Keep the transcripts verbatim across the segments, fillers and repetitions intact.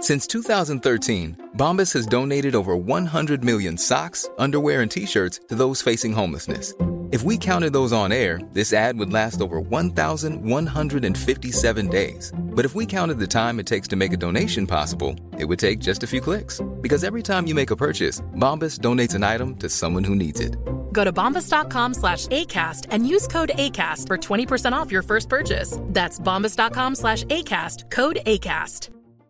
Since two thousand thirteen, Bombas has donated over one hundred million socks, underwear, and T-shirts to those facing homelessness. If we counted those on air, this ad would last over one thousand one hundred fifty-seven days. But if we counted the time it takes to make a donation possible, it would take just a few clicks. Because every time you make a purchase, Bombas donates an item to someone who needs it. Go to bombas.com slash ACAST and use code ACAST for twenty percent off your first purchase. That's bombas.com slash ACAST, code ACAST.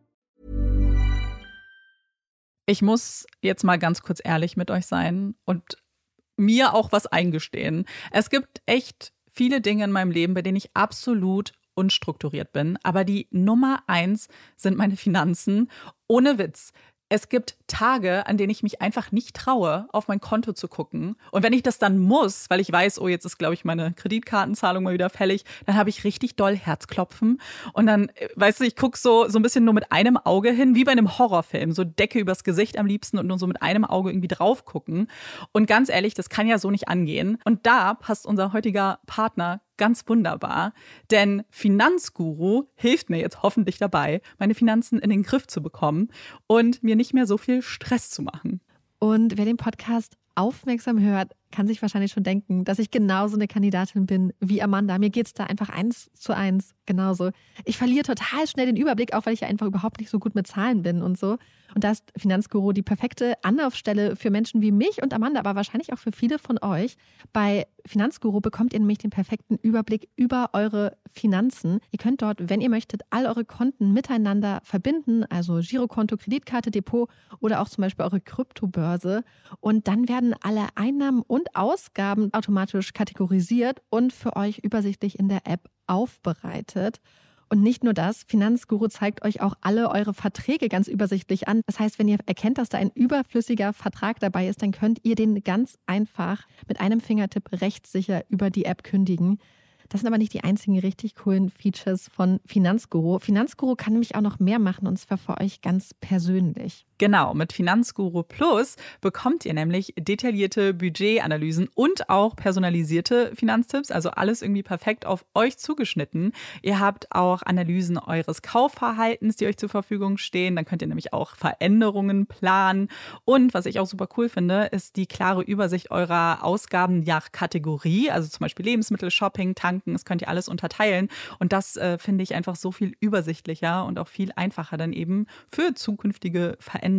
Ich muss jetzt mal ganz kurz ehrlich mit euch sein und mir auch was eingestehen. Es gibt echt viele Dinge in meinem Leben, bei denen ich absolut unstrukturiert bin. Aber die Nummer eins sind meine Finanzen. Ohne Witz. Es gibt Tage, an denen ich mich einfach nicht traue, auf mein Konto zu gucken. Und wenn ich das dann muss, weil ich weiß, oh, jetzt ist, glaube ich, meine Kreditkartenzahlung mal wieder fällig, dann habe ich richtig doll Herzklopfen. Und dann, weißt du, ich gucke so, so ein bisschen nur mit einem Auge hin, wie bei einem Horrorfilm. So Decke übers Gesicht am liebsten und nur so mit einem Auge irgendwie drauf gucken. Und ganz ehrlich, das kann ja so nicht angehen. Und da passt unser heutiger Partner ganz wunderbar, denn Finanzguru hilft mir jetzt hoffentlich dabei, meine Finanzen in den Griff zu bekommen und mir nicht mehr so viel Stress zu machen. Und wer den Podcast aufmerksam hört, kann sich wahrscheinlich schon denken, dass ich genauso eine Kandidatin bin wie Amanda. Mir geht's da einfach eins zu eins genauso. Ich verliere total schnell den Überblick, auch weil ich ja einfach überhaupt nicht so gut mit Zahlen bin und so. Und da ist Finanzguru die perfekte Anlaufstelle für Menschen wie mich und Amanda, aber wahrscheinlich auch für viele von euch. Bei Finanzguru bekommt ihr nämlich den perfekten Überblick über eure Finanzen. Ihr könnt dort, wenn ihr möchtet, all eure Konten miteinander verbinden, also Girokonto, Kreditkarte, Depot oder auch zum Beispiel eure Kryptobörse. Und dann werden alle Einnahmen und Ausgaben automatisch kategorisiert und für euch übersichtlich in der App aufbereitet. Und nicht nur das, Finanzguru zeigt euch auch alle eure Verträge ganz übersichtlich an. Das heißt, wenn ihr erkennt, dass da ein überflüssiger Vertrag dabei ist, dann könnt ihr den ganz einfach mit einem Fingertipp rechtssicher über die App kündigen. Das sind aber nicht die einzigen richtig coolen Features von Finanzguru. Finanzguru kann nämlich auch noch mehr machen, und zwar für euch ganz persönlich. Genau, mit Finanzguru Plus bekommt ihr nämlich detaillierte Budgetanalysen und auch personalisierte Finanztipps, also alles irgendwie perfekt auf euch zugeschnitten. Ihr habt auch Analysen eures Kaufverhaltens, die euch zur Verfügung stehen. Dann könnt ihr nämlich auch Veränderungen planen. Und was ich auch super cool finde, ist die klare Übersicht eurer Ausgaben nach Kategorie, also zum Beispiel Lebensmittel, Shopping, Tanken, das könnt ihr alles unterteilen. Und das äh, finde ich einfach so viel übersichtlicher und auch viel einfacher dann eben für zukünftige Veränderungen.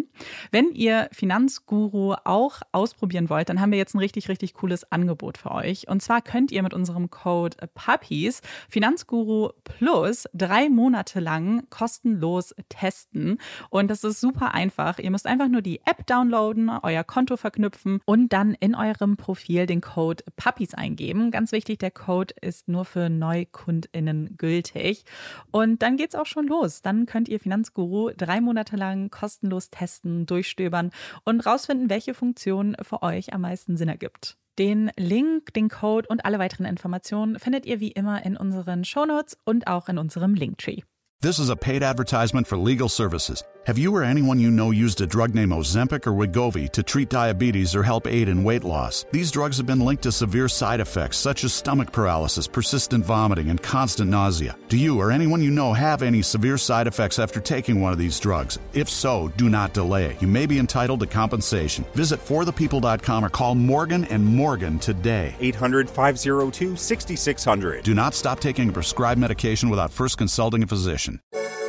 Wenn ihr Finanzguru auch ausprobieren wollt, dann haben wir jetzt ein richtig, richtig cooles Angebot für euch. Und zwar könnt ihr mit unserem Code Puppies Finanzguru Plus drei Monate lang kostenlos testen. Und das ist super einfach. Ihr müsst einfach nur die App downloaden, euer Konto verknüpfen und dann in eurem Profil den Code Puppies eingeben. Ganz wichtig, der Code ist nur für NeukundInnen gültig. Und dann geht's auch schon los. Dann könnt ihr Finanzguru drei Monate lang kostenlos kostenlos testen, durchstöbern und rausfinden, welche Funktion für euch am meisten Sinn ergibt. Den Link, den Code und alle weiteren Informationen findet ihr wie immer in unseren Shownotes und auch in unserem Linktree. This is a paid advertisement for legal services. Have you or anyone you know used a drug named Ozempic or Wegovy to treat diabetes or help aid in weight loss? These drugs have been linked to severe side effects such as stomach paralysis, persistent vomiting, and constant nausea. Do you or anyone you know have any severe side effects after taking one of these drugs? If so, do not delay. You may be entitled to compensation. Visit for the people dot com or call Morgan and Morgan today. eight hundred, five oh two, six six zero zero. Do not stop taking a prescribed medication without first consulting a physician.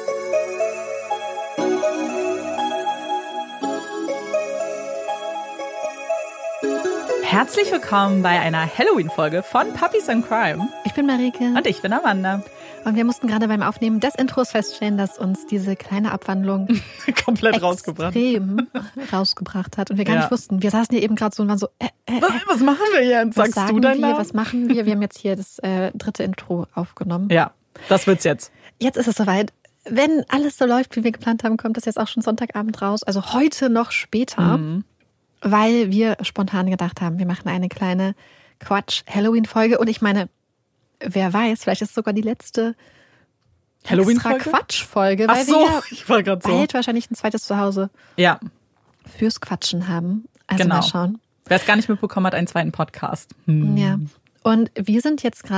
Herzlich willkommen bei einer Halloween-Folge von Puppies and Crime. Ich bin Marike. Und ich bin Amanda. Und wir mussten gerade beim Aufnehmen des Intros feststellen, dass uns diese kleine Abwandlung komplett rausgebracht. extrem rausgebracht hat. Und wir gar Ja. nicht wussten. Wir saßen hier eben gerade so und waren so, äh, äh, äh, Was machen wir jetzt? was Sagst sagen du deinen wir, Namen? was machen wir? Wir haben jetzt hier das äh, dritte Intro aufgenommen. Ja, das wird's jetzt. Jetzt ist es soweit. Wenn alles so läuft, wie wir geplant haben, kommt das jetzt auch schon Sonntagabend raus. Also heute noch später. Mhm. Weil wir spontan gedacht haben, wir machen eine kleine Quatsch-Halloween-Folge. Und ich meine, wer weiß, vielleicht ist es sogar die letzte Halloween-Folge? extra Quatsch-Folge. Ach Weil so, wir ja ich war gerade so. bald wahrscheinlich ein zweites Zuhause Ja, fürs Quatschen haben. Also genau. mal schauen. Wer es gar nicht mitbekommen hat, einen zweiten Podcast. Hm. Ja. Und wir sind jetzt gerade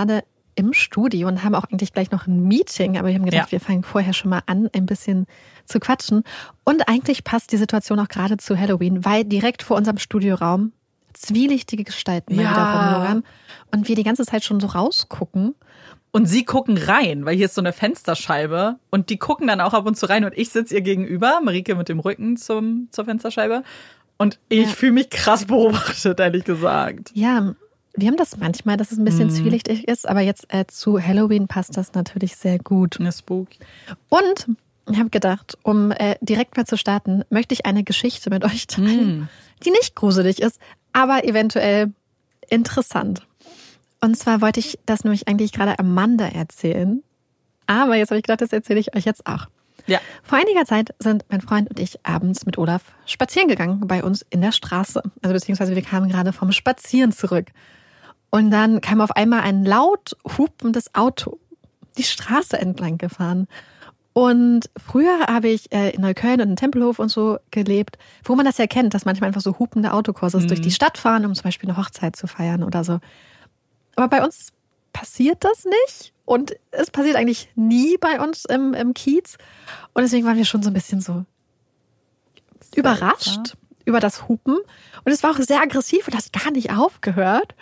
im Studio und haben auch eigentlich gleich noch ein Meeting, aber wir haben gedacht, Ja. wir fangen vorher schon mal an, ein bisschen zu quatschen. Und eigentlich passt die Situation auch gerade zu Halloween, weil direkt vor unserem Studioraum zwielichtige Gestalten mal Ja. wieder rumlungern und wir die ganze Zeit schon so rausgucken. Und sie gucken rein, weil hier ist so eine Fensterscheibe und die gucken dann auch ab und zu rein und ich sitze ihr gegenüber, Marike mit dem Rücken zum, zur Fensterscheibe und ich Ja. fühle mich krass beobachtet, ehrlich gesagt. Ja, wir haben das manchmal, dass es ein bisschen Mhm. zwielichtig ist, aber jetzt äh, zu Halloween passt das natürlich sehr gut. Eine Spooky. Und ich habe gedacht, um äh, direkt mal zu starten, möchte ich eine Geschichte mit euch teilen, Mhm. die nicht gruselig ist, aber eventuell interessant. Und zwar wollte ich das nämlich eigentlich gerade Amanda erzählen, aber jetzt habe ich gedacht, das erzähle ich euch jetzt auch. Ja. Vor einiger Zeit sind mein Freund und ich abends mit Olaf spazieren gegangen bei uns in der Straße. Also beziehungsweise wir kamen gerade vom Spazieren zurück. Und dann kam auf einmal ein laut hupendes Auto die Straße entlang gefahren. Und früher habe ich äh, in Neukölln und in Tempelhof und so gelebt, wo man das ja kennt, dass manchmal einfach so hupende Autokurses Mhm. durch die Stadt fahren, um zum Beispiel eine Hochzeit zu feiern oder so. Aber bei uns passiert das nicht und es passiert eigentlich nie bei uns im, im Kiez. Und deswegen waren wir schon so ein bisschen so überrascht über das Hupen. Und es war auch sehr aggressiv und hat gar nicht aufgehört.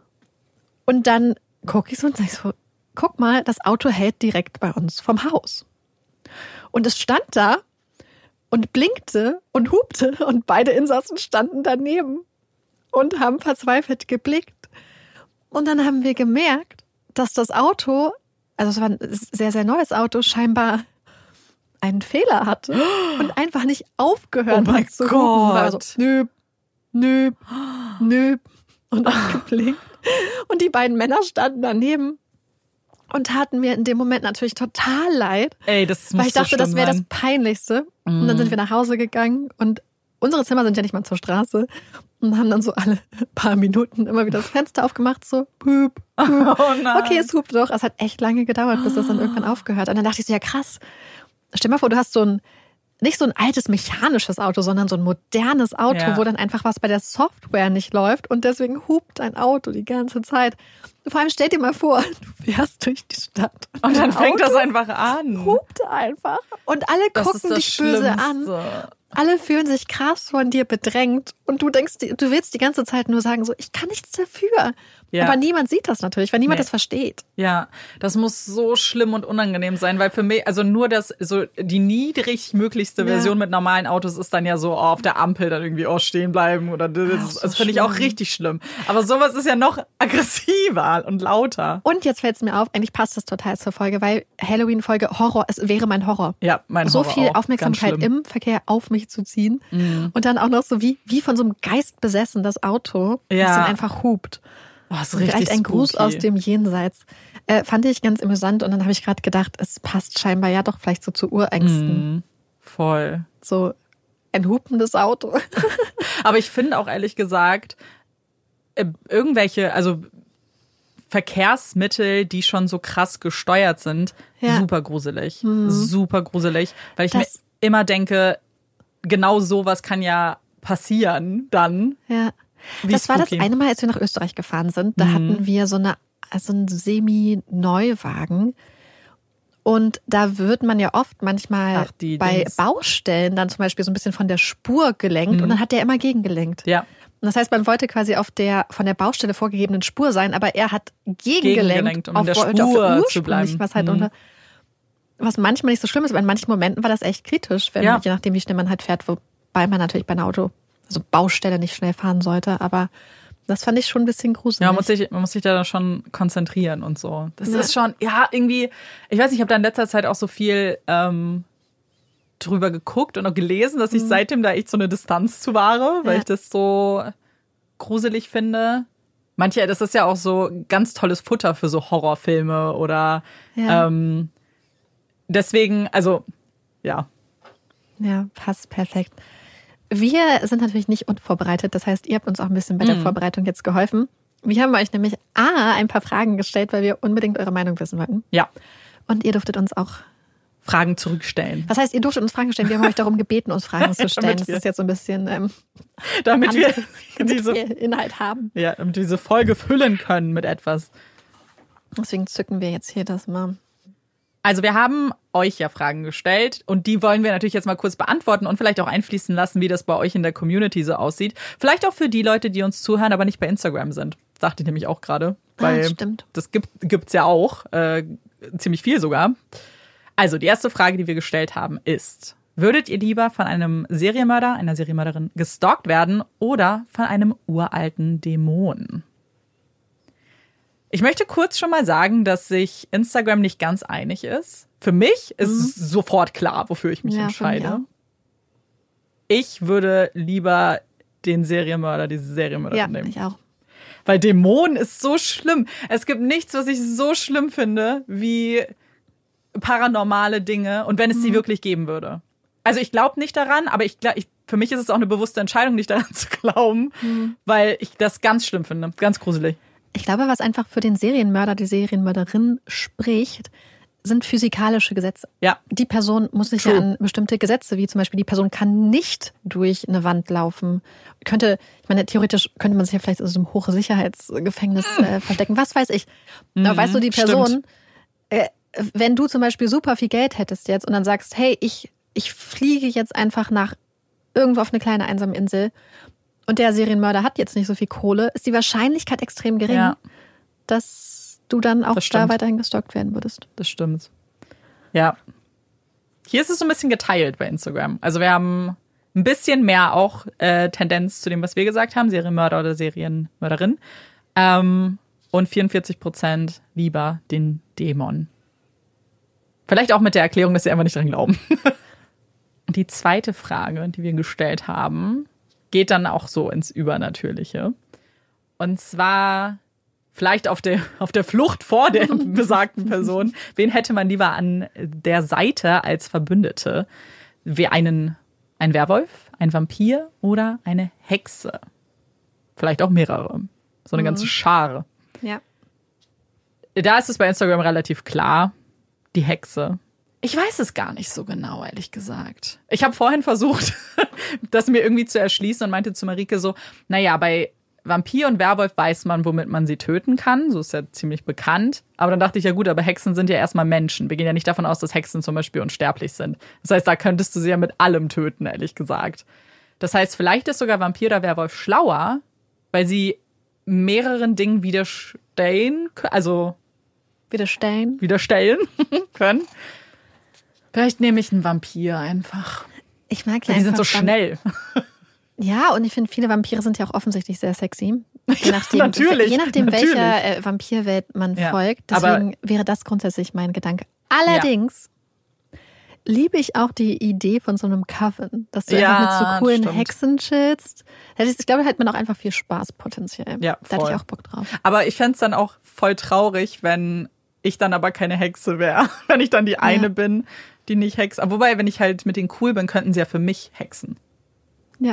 Und dann gucke ich so und sage so, guck mal, das Auto hält direkt bei uns vom Haus. Und es stand da und blinkte und hupte und beide Insassen standen daneben und haben verzweifelt geblickt. Und dann haben wir gemerkt, dass das Auto, also es war ein sehr, sehr neues Auto, scheinbar einen Fehler hatte und einfach nicht aufgehört Oh mein hat zu hupen. War also, Gott. nöp, nöp, nöp und abgeblinkt. Und die beiden Männer standen daneben und taten mir in dem Moment natürlich total leid, Ey, das muss weil ich dachte, so das wäre das sein. Peinlichste. Und dann sind wir nach Hause gegangen und unsere Zimmer sind ja nicht mal zur Straße und haben dann so alle paar Minuten immer wieder das Fenster aufgemacht, so pup, pup. Oh nein. Okay, es hupt doch. Es hat echt lange gedauert, bis das dann irgendwann aufgehört hat. Und dann dachte ich so, ja krass. Stell dir mal vor, du hast so ein, nicht so ein altes mechanisches Auto, sondern so ein modernes Auto, Ja. wo dann einfach was bei der Software nicht läuft und deswegen hupt ein Auto die ganze Zeit. Vor allem stell dir mal vor, du fährst durch die Stadt. Und dann ein fängt Auto das einfach an. hupt einfach. Und alle Das ist gucken das dich böse an. Schlimmste. Alle fühlen sich krass von dir bedrängt und du denkst, du willst die ganze Zeit nur sagen, so, ich kann nichts dafür. Ja. Aber niemand sieht das natürlich, weil niemand Nee. das versteht. Ja, das muss so schlimm und unangenehm sein, weil für mich, also nur das, so die niedrigmöglichste Ja. Version mit normalen Autos ist dann ja so oh, auf der Ampel dann irgendwie oh, stehen bleiben oder das, Ach, so das finde ich auch schlimm. richtig schlimm. Aber sowas ist ja noch aggressiver und lauter. Und jetzt fällt es mir auf, eigentlich passt das total zur Folge, weil Halloween-Folge Horror, es wäre mein Horror. Ja, mein so Horror viel auch. Ganz Aufmerksamkeit schlimm. im Verkehr auf mich zu ziehen Mhm. und dann auch noch so wie, wie von so einem Geist besessen das Auto, das Ja. dann einfach hupt. Oh, ist Und richtig vielleicht ein Gruß spooky. aus dem Jenseits. Äh, fand ich ganz amüsant und dann habe ich gerade gedacht, es passt scheinbar ja doch vielleicht so zu Urängsten. Mhm. Voll. So ein hupendes Auto. Aber ich finde auch ehrlich gesagt, äh, irgendwelche, also Verkehrsmittel, die schon so krass gesteuert sind, Ja. super gruselig. Super gruselig. Weil ich Das- mir immer denke, genau sowas kann ja passieren dann. Ja. Wie Das war das spooky. eine Mal, als wir nach Österreich gefahren sind. Da Mhm. hatten wir so eine, also einen Semi-Neuwagen. Und da wird man ja oft manchmal Ach, die bei Dings. Baustellen dann zum Beispiel so ein bisschen von der Spur gelenkt und dann hat der immer gegengelenkt. Ja. Und das heißt, man wollte quasi auf der von der Baustelle vorgegebenen Spur sein, aber er hat gegengelenkt, Gegengelenkt, um in der auf, Spur auf der zu ursprünglich, bleiben. was halt Mhm. unter, was manchmal nicht so schlimm ist, aber in manchen Momenten war das echt kritisch, wenn, Ja. je nachdem, wie schnell man halt fährt, wobei man natürlich bei einem Auto, also Baustelle nicht schnell fahren sollte, aber das fand ich schon ein bisschen gruselig. Ja, man muss sich, man muss sich da schon konzentrieren und so. Das Ja. ist schon, ja, irgendwie, ich weiß nicht, ich habe da in letzter Zeit auch so viel ähm, drüber geguckt und auch gelesen, dass ich seitdem da echt so eine Distanz zu wahre, weil Ja. ich das so gruselig finde. Manche, das ist ja auch so ganz tolles Futter für so Horrorfilme oder Ja. ähm, deswegen, also, ja. Ja, passt perfekt. Wir sind natürlich nicht unvorbereitet. Das heißt, ihr habt uns auch ein bisschen bei der Mhm. Vorbereitung jetzt geholfen. Wir haben euch nämlich A, ein paar Fragen gestellt, weil wir unbedingt eure Meinung wissen wollten. Ja, Und ihr durftet uns auch, Fragen zurückstellen. was heißt, ihr durftet uns Fragen stellen? Wir haben euch darum gebeten, uns Fragen zu stellen. Damit Das wir- ist jetzt so ein bisschen ähm, Damit wir damit diese, wir Inhalt haben. ja, damit wir diese Folge füllen können mit etwas. Deswegen zücken wir jetzt hier das mal. Also wir haben euch ja Fragen gestellt und die wollen wir natürlich jetzt mal kurz beantworten und vielleicht auch einfließen lassen, wie das bei euch in der Community so aussieht. Vielleicht auch für die Leute, die uns zuhören, aber nicht bei Instagram sind. Das dachte ich nämlich auch gerade. Weil ah, stimmt. Das gibt gibt's ja auch, äh, ziemlich viel sogar. Also die erste Frage, die wir gestellt haben, ist: Würdet ihr lieber von einem Serienmörder, einer Serienmörderin gestalkt werden oder von einem uralten Dämon? Ich möchte kurz schon mal sagen, dass sich Instagram nicht ganz einig ist. Für mich ist mhm. es sofort klar, wofür ich mich ja, entscheide. Ich würde lieber den Serienmörder, diese Serienmörderin ja, nehmen. Ich auch. Weil Dämonen ist so schlimm. Es gibt nichts, was ich so schlimm finde, wie paranormale Dinge und wenn es sie mhm. wirklich geben würde. Also ich glaube nicht daran, aber ich, ich, für mich ist es auch eine bewusste Entscheidung, nicht daran zu glauben, mhm. weil ich das ganz schlimm finde. Ganz gruselig. Ich glaube, was einfach für den Serienmörder, die Serienmörderin spricht, sind physikalische Gesetze. Ja. Die Person muss sich True. ja an bestimmte Gesetze, wie zum Beispiel die Person kann nicht durch eine Wand laufen. Könnte, ich meine, theoretisch könnte man sich ja vielleicht in so einem Hochsicherheitsgefängnis äh, verstecken. Was weiß ich. Mhm, aber weißt du, die Person, äh, wenn du zum Beispiel super viel Geld hättest jetzt und dann sagst, hey, ich, ich fliege jetzt einfach nach irgendwo auf eine kleine einsame Insel und der Serienmörder hat jetzt nicht so viel Kohle, ist die Wahrscheinlichkeit extrem gering, ja. dass du dann auch da weiterhin gestalkt werden würdest. Das stimmt. Ja. Hier ist es so ein bisschen geteilt bei Instagram. Also wir haben ein bisschen mehr auch äh, Tendenz zu dem, was wir gesagt haben, Serienmörder oder Serienmörderin. Ähm, und vierundvierzig Prozent lieber den Dämon. Vielleicht auch mit der Erklärung, dass sie einfach nicht dran glauben. Die zweite Frage, die wir gestellt haben, geht dann auch so ins Übernatürliche. Und zwar vielleicht auf der, auf der Flucht vor der besagten Person. Wen hätte man lieber an der Seite als Verbündete? Wie einen, ein Werwolf, ein Vampir oder eine Hexe? Vielleicht auch mehrere. So eine mhm. ganze Schar. Ja. Da ist es bei Instagram relativ klar. Die Hexe. Ich weiß es gar nicht so genau, ehrlich gesagt. Ich habe vorhin versucht, das mir irgendwie zu erschließen und meinte zu Marike so, naja, bei Vampir und Werwolf weiß man, womit man sie töten kann. So ist ja ziemlich bekannt. Aber dann dachte ich, ja gut, aber Hexen sind ja erstmal Menschen. Wir gehen ja nicht davon aus, dass Hexen zum Beispiel unsterblich sind. Das heißt, da könntest du sie ja mit allem töten, ehrlich gesagt. Das heißt, vielleicht ist sogar Vampir oder Werwolf schlauer, weil sie mehreren Dingen widerstehen, also widerstehen, widerstellen können. Vielleicht nehme ich einen Vampir einfach. Ich mag ja, die sind so schnell. Ja, und ich finde, viele Vampire sind ja auch offensichtlich sehr sexy. Je nachdem, natürlich. Je nachdem, natürlich. welcher äh, Vampirwelt man ja, folgt. Deswegen wäre das grundsätzlich mein Gedanke. Allerdings ja. liebe ich auch die Idee von so einem Coven, dass du ja, einfach mit so coolen stimmt. Hexen chillst. Ich glaube, da hätte man auch einfach viel Spaß potenziell. Ja, da hätte ich auch Bock drauf. Aber ich fände es dann auch voll traurig, wenn ich dann aber keine Hexe wäre. Wenn ich dann die eine ja. bin, die nicht hext. Aber wobei, wenn ich halt mit denen cool bin, könnten sie ja für mich hexen. Ja.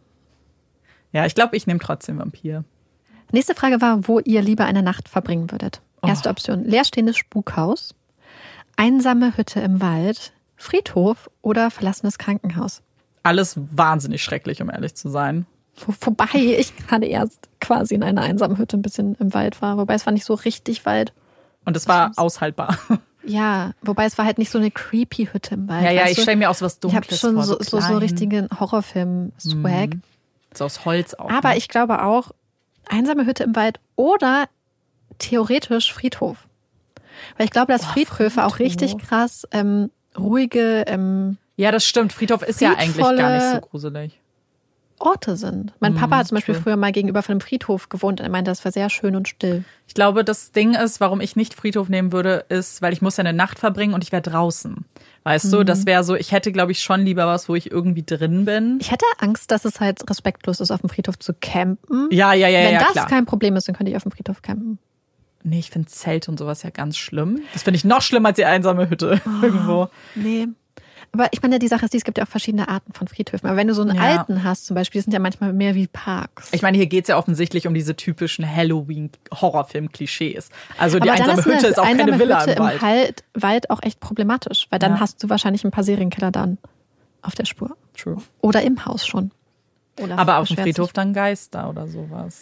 Ja, ich glaube, ich nehme trotzdem Vampir. Nächste Frage war, wo ihr lieber eine Nacht verbringen würdet. Oh. Erste Option, leerstehendes Spukhaus, einsame Hütte im Wald, Friedhof oder verlassenes Krankenhaus. Alles wahnsinnig schrecklich, um ehrlich zu sein. Wo, wobei ich gerade erst quasi in einer einsamen Hütte ein bisschen im Wald war. Wobei es war nicht so richtig Wald. Und es war aushaltbar. Ja, wobei es war halt nicht so eine creepy Hütte im Wald. Ja, ja, ich stelle mir auch so was Dunkles vor. Ich habe schon vor, so, so, so richtigen Horrorfilm-Swag. Mhm. So aus Holz auch. Aber ne? ich glaube auch, einsame Hütte im Wald oder theoretisch Friedhof. Weil ich glaube, dass Boah, Friedhöfe Friedhof. auch richtig krass ähm, ruhige ähm, ja, das stimmt. Friedhof ist ja eigentlich gar nicht so gruselig. Orte sind. Mein Mhm, Papa hat zum Beispiel true. früher mal gegenüber von einem Friedhof gewohnt und er meinte, das war sehr schön und still. Ich glaube, das Ding ist, warum ich nicht Friedhof nehmen würde, ist, weil ich muss ja eine Nacht verbringen und ich wäre draußen. Weißt Mhm. du, das wäre so, ich hätte, glaube ich, schon lieber was, wo ich irgendwie drin bin. Ich hätte Angst, dass es halt respektlos ist, auf dem Friedhof zu campen. Ja, ja, ja, Wenn ja, das klar. kein Problem ist, dann könnte ich auf dem Friedhof campen. Nee, ich finde Zelt und sowas ja ganz schlimm. Das finde ich noch schlimmer als die einsame Hütte Oh, irgendwo. Nee. Aber ich meine, die Sache ist, es gibt ja auch verschiedene Arten von Friedhöfen. Aber wenn du so einen Ja. alten hast zum Beispiel, die sind ja manchmal mehr wie Parks. Ich meine, hier geht es ja offensichtlich um diese typischen Halloween-Horrorfilm-Klischees. Also die Aber dann einsame ist eine Hütte ist auch einsame keine Villa Hütte im Wald. Wald, Wald auch echt problematisch, weil dann Ja. hast du wahrscheinlich ein paar Serienkiller dann auf der Spur. True. Oder im Haus schon. Oder Aber auf dem beschwert Friedhof sich. dann Geister oder sowas.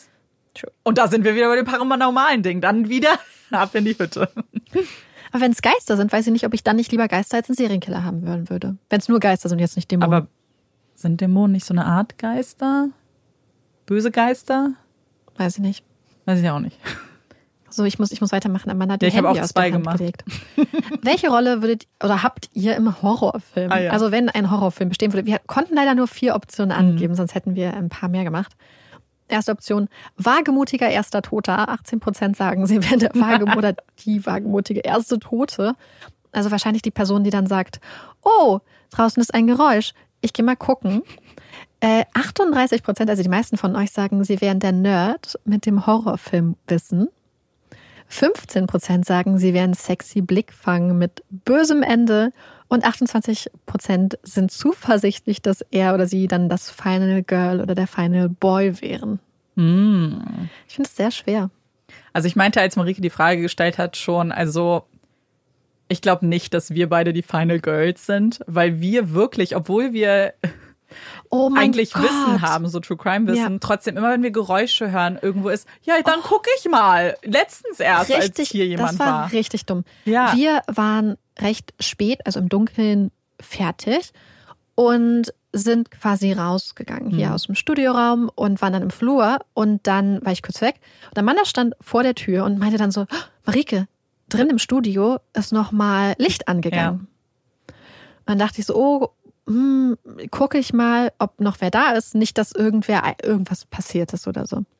Und da sind wir wieder bei dem paranormalen Ding. Dann wieder ab in die Hütte. Aber wenn es Geister sind, weiß ich nicht, ob ich dann nicht lieber Geister als einen Serienkiller haben wollen würde. Wenn es nur Geister sind, jetzt nicht Dämonen. Aber sind Dämonen nicht so eine Art Geister? Böse Geister? Weiß ich nicht. Weiß ich auch nicht. So, ich muss, ich muss weitermachen. Amanda hat Ja, die ich habe Handy auch aus zwei der Hand gemacht. gelegt. Welche Rolle würdet oder habt ihr im Horrorfilm? Ah, ja. Also wenn ein Horrorfilm bestehen würde. Wir konnten leider nur vier Optionen angeben, mhm. sonst hätten wir ein paar mehr gemacht. Erste Option, wagemutiger erster Toter. achtzehn Prozent sagen, sie wären der Wagem oder die wagemutige erste Tote. Also wahrscheinlich die Person, die dann sagt, oh, draußen ist ein Geräusch, ich gehe mal gucken. Äh, achtunddreißig Prozent, also die meisten von euch sagen, sie wären der Nerd mit dem Horrorfilmwissen. fünfzehn Prozent sagen, sie wären sexy Blickfang mit bösem Ende. Und achtundzwanzig Prozent sind zuversichtlich, dass er oder sie dann das Final Girl oder der Final Boy wären. Mm. Ich finde es sehr schwer. Also ich meinte, als Marike die Frage gestellt hat, schon, also ich glaube nicht, dass wir beide die Final Girls sind, weil wir wirklich, obwohl wir oh mein eigentlich Gott. Wissen haben, so True Crime Wissen, ja. trotzdem immer, wenn wir Geräusche hören, irgendwo ist, ja, dann oh. gucke ich mal. Letztens erst, richtig, als hier jemand das war. war. richtig dumm. Ja. Wir waren recht spät, also im Dunkeln fertig und sind quasi rausgegangen hier mhm. aus dem Studioraum und waren dann im Flur und dann war ich kurz weg. Und Amanda stand vor der Tür und meinte dann so, oh, Marike, drin im Studio ist nochmal Licht angegangen. Ja. Und dann dachte ich so, oh, hm, gucke ich mal, ob noch wer da ist. Nicht, dass irgendwer irgendwas passiert ist oder so.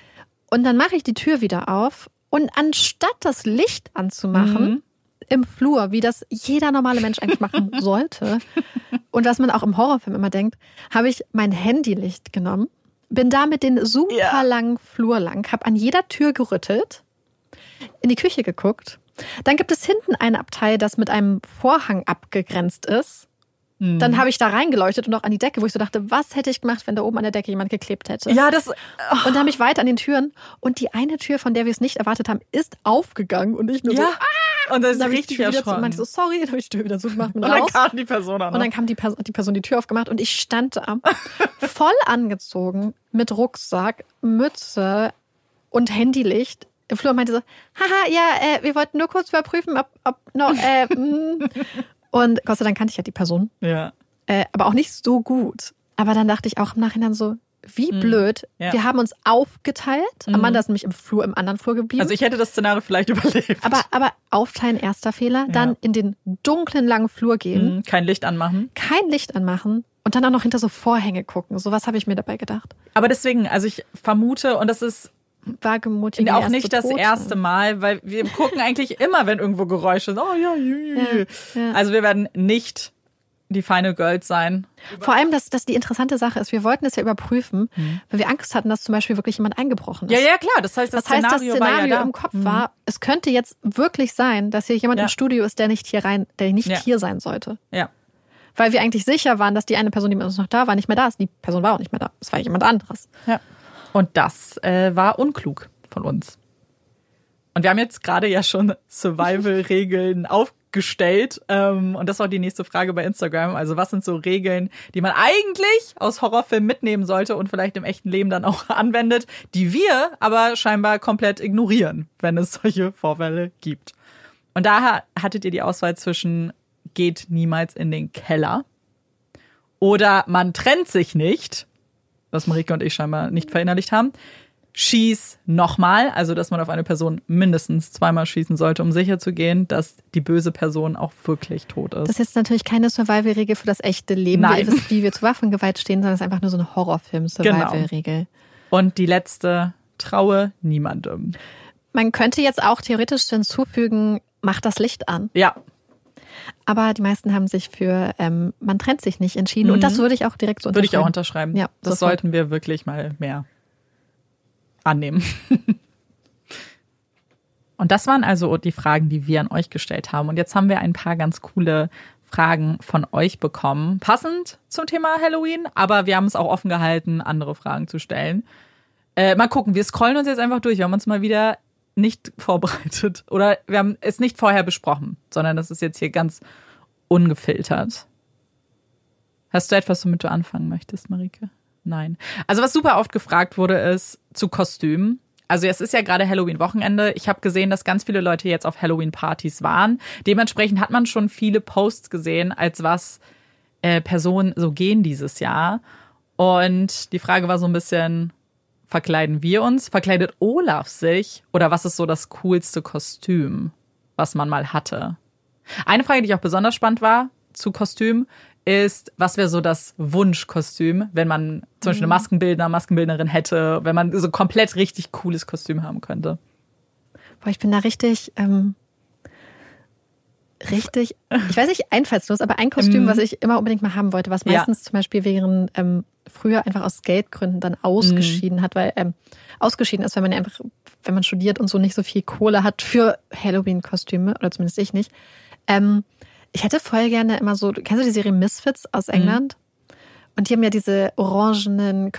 Und dann mache ich die Tür wieder auf und anstatt das Licht anzumachen, mhm. im Flur, wie das jeder normale Mensch eigentlich machen sollte und was man auch im Horrorfilm immer denkt, habe ich mein Handylicht genommen, bin damit den super ja. langen Flur lang, habe an jeder Tür gerüttelt, in die Küche geguckt. Dann gibt es hinten ein Abteil, das mit einem Vorhang abgegrenzt ist. Hm. Dann habe ich da reingeleuchtet und auch an die Decke, wo ich so dachte, was hätte ich gemacht, wenn da oben an der Decke jemand geklebt hätte? Ja, das... Oh. Und dann habe ich weiter an den Türen und die eine Tür, von der wir es nicht erwartet haben, ist aufgegangen und ich nur ja. so... Ah! Und das ist dann richtig erschrocken. Und meinte so, sorry, dann habe ich die Tür wieder zugemacht. Und dann kam die Person an. Und dann kam die Person, die Person die Tür aufgemacht und ich stand da voll angezogen mit Rucksack, Mütze und Handylicht im Flur und meinte so, haha, ja, äh, wir wollten nur kurz überprüfen, ob, ob no, äh, mm. Und Gott sei Dank kannte ich ja die Person. Ja. Äh, aber auch nicht so gut. Aber dann dachte ich auch im Nachhinein so, wie mhm. blöd. Ja. Wir haben uns aufgeteilt. Mhm. Amanda ist nämlich im Flur, im anderen Flur geblieben. Also ich hätte das Szenario vielleicht überlebt. Aber, aber aufteilen, erster Fehler. Ja. Dann in den dunklen, langen Flur gehen. Mhm. Kein Licht anmachen. Kein Licht anmachen. Und dann auch noch hinter so Vorhänge gucken. So was habe ich mir dabei gedacht. Aber deswegen, also ich vermute, und das ist wagemutige auch nicht das Tote. erste Mal, weil wir gucken eigentlich immer, wenn irgendwo Geräusche sind. Oh ja, ja, ja. Also wir werden nicht die Final Girls sein. Vor allem, dass das die interessante Sache ist, wir wollten es ja überprüfen, mhm. weil wir Angst hatten, dass zum Beispiel wirklich jemand eingebrochen ist. Ja, ja, klar. Das heißt, das, das, heißt, Szenario, das Szenario war ja da. im Kopf mhm. war, es könnte jetzt wirklich sein, dass hier jemand ja. im Studio ist, der nicht hier rein, der nicht ja. hier sein sollte. Ja. Weil wir eigentlich sicher waren, dass die eine Person, die mit uns noch da war, nicht mehr da ist. Die Person war auch nicht mehr da. Es war jemand anderes. Ja. Und das äh, war unklug von uns. Und wir haben jetzt gerade ja schon Survival-Regeln aufgestellt. Ähm, und das war die nächste Frage bei Instagram. Also was sind so Regeln, die man eigentlich aus Horrorfilmen mitnehmen sollte und vielleicht im echten Leben dann auch anwendet, die wir aber scheinbar komplett ignorieren, wenn es solche Vorfälle gibt. Und daher hattet ihr die Auswahl zwischen geht niemals in den Keller oder man trennt sich nicht, was Marike und ich scheinbar nicht verinnerlicht haben. Schieß nochmal, also dass man auf eine Person mindestens zweimal schießen sollte, um sicher zu gehen, dass die böse Person auch wirklich tot ist. Das ist jetzt natürlich keine Survival-Regel für das echte Leben, Nein. wie, wie wir zu Waffengewalt stehen, sondern es ist einfach nur so eine Horrorfilm-Survival-Regel. Genau. Und die letzte, traue niemandem. Man könnte jetzt auch theoretisch hinzufügen, mach das Licht an. Ja. Aber die meisten haben sich für ähm, man trennt sich nicht entschieden. Mhm. Und das würde ich auch direkt so unterschreiben. Würde ich auch unterschreiben. Ja, das sofort. sollten wir wirklich mal mehr annehmen. Und das waren also die Fragen, die wir an euch gestellt haben. Und jetzt haben wir ein paar ganz coole Fragen von euch bekommen. Passend zum Thema Halloween, aber wir haben es auch offen gehalten, andere Fragen zu stellen. Äh, mal gucken, wir scrollen uns jetzt einfach durch. Wir haben uns mal wieder nicht vorbereitet oder wir haben es nicht vorher besprochen, sondern das ist jetzt hier ganz ungefiltert. Hast du etwas, womit du anfangen möchtest, Marike? Nein. Also was super oft gefragt wurde, ist zu Kostümen. Also es ist ja gerade Halloween-Wochenende. Ich habe gesehen, dass ganz viele Leute jetzt auf Halloween-Partys waren. Dementsprechend hat man schon viele Posts gesehen, als was äh, Personen so gehen dieses Jahr. Und die Frage war so ein bisschen, verkleiden wir uns? Verkleidet Olaf sich? Oder was ist so das coolste Kostüm, was man mal hatte? Eine Frage, die auch besonders spannend war zu Kostüm, ist, was wäre so das Wunschkostüm, wenn man zum Beispiel eine Maskenbildner, Maskenbildnerin hätte, wenn man so komplett richtig cooles Kostüm haben könnte? Boah, ich bin da richtig, ähm, richtig, ich weiß nicht, einfallslos, aber ein Kostüm, was ich immer unbedingt mal haben wollte, was meistens ja. zum Beispiel während ähm, früher einfach aus Geldgründen dann ausgeschieden mhm. hat, weil ähm, ausgeschieden ist, wenn man einfach, wenn man studiert und so nicht so viel Kohle hat für Halloween-Kostüme, oder zumindest ich nicht. Ähm, Ich hätte voll gerne immer so, kennst du die Serie Misfits aus England? Mhm. Und die haben ja diese orangenen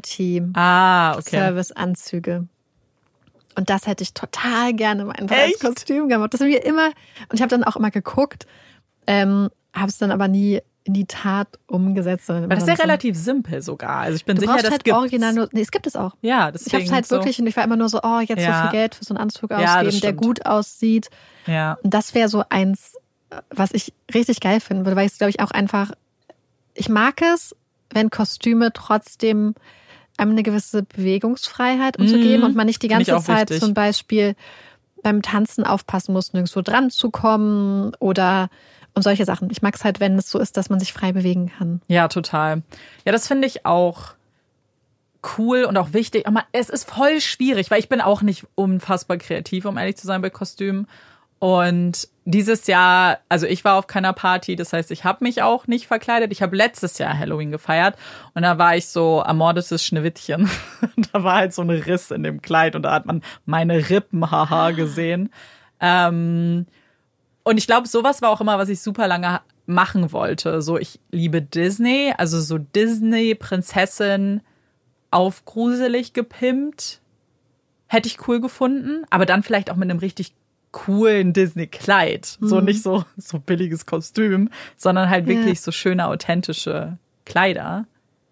Community-Service-Anzüge. Ah, okay. Und das hätte ich total gerne mal einfach als Kostüm gemacht. Das haben wir immer, und ich habe dann auch immer geguckt, ähm, habe es dann aber nie in die Tat umgesetzt. Aber das ist ja so relativ simpel sogar. Also ich bin du sicher, das halt gibt's. Original nur, nee, es gibt es auch. Ja, deswegen ich habe es halt so. wirklich, und ich war immer nur so, oh, jetzt ja. so viel Geld für so einen Anzug ja, ausgeben, der gut aussieht. Ja. Und das wäre so eins, was ich richtig geil finden würde, weil ich es, glaube ich, auch einfach, ich mag es, wenn Kostüme trotzdem einem eine gewisse Bewegungsfreiheit und so geben und man nicht die ganze Zeit wichtig. Zum Beispiel beim Tanzen aufpassen muss, nirgendwo dran zu kommen oder und solche Sachen. Ich mag es halt, wenn es so ist, dass man sich frei bewegen kann. Ja, total. Ja, das finde ich auch cool und auch wichtig. Aber es ist voll schwierig, weil ich bin auch nicht unfassbar kreativ, um ehrlich zu sein, bei Kostümen. Und dieses Jahr, also ich war auf keiner Party, das heißt, ich habe mich auch nicht verkleidet. Ich habe letztes Jahr Halloween gefeiert und da war ich so ermordetes Schneewittchen. Da war halt so ein Riss in dem Kleid und da hat man meine Rippen, haha, gesehen. Ähm, und ich glaube, sowas war auch immer, was ich super lange machen wollte. So, ich liebe Disney, also so Disney-Prinzessin aufgruselig gepimpt. Hätte ich cool gefunden, aber dann vielleicht auch mit einem richtig coolen Disney-Kleid. Mhm. So nicht so, so billiges Kostüm, sondern halt wirklich ja. so schöne, authentische Kleider.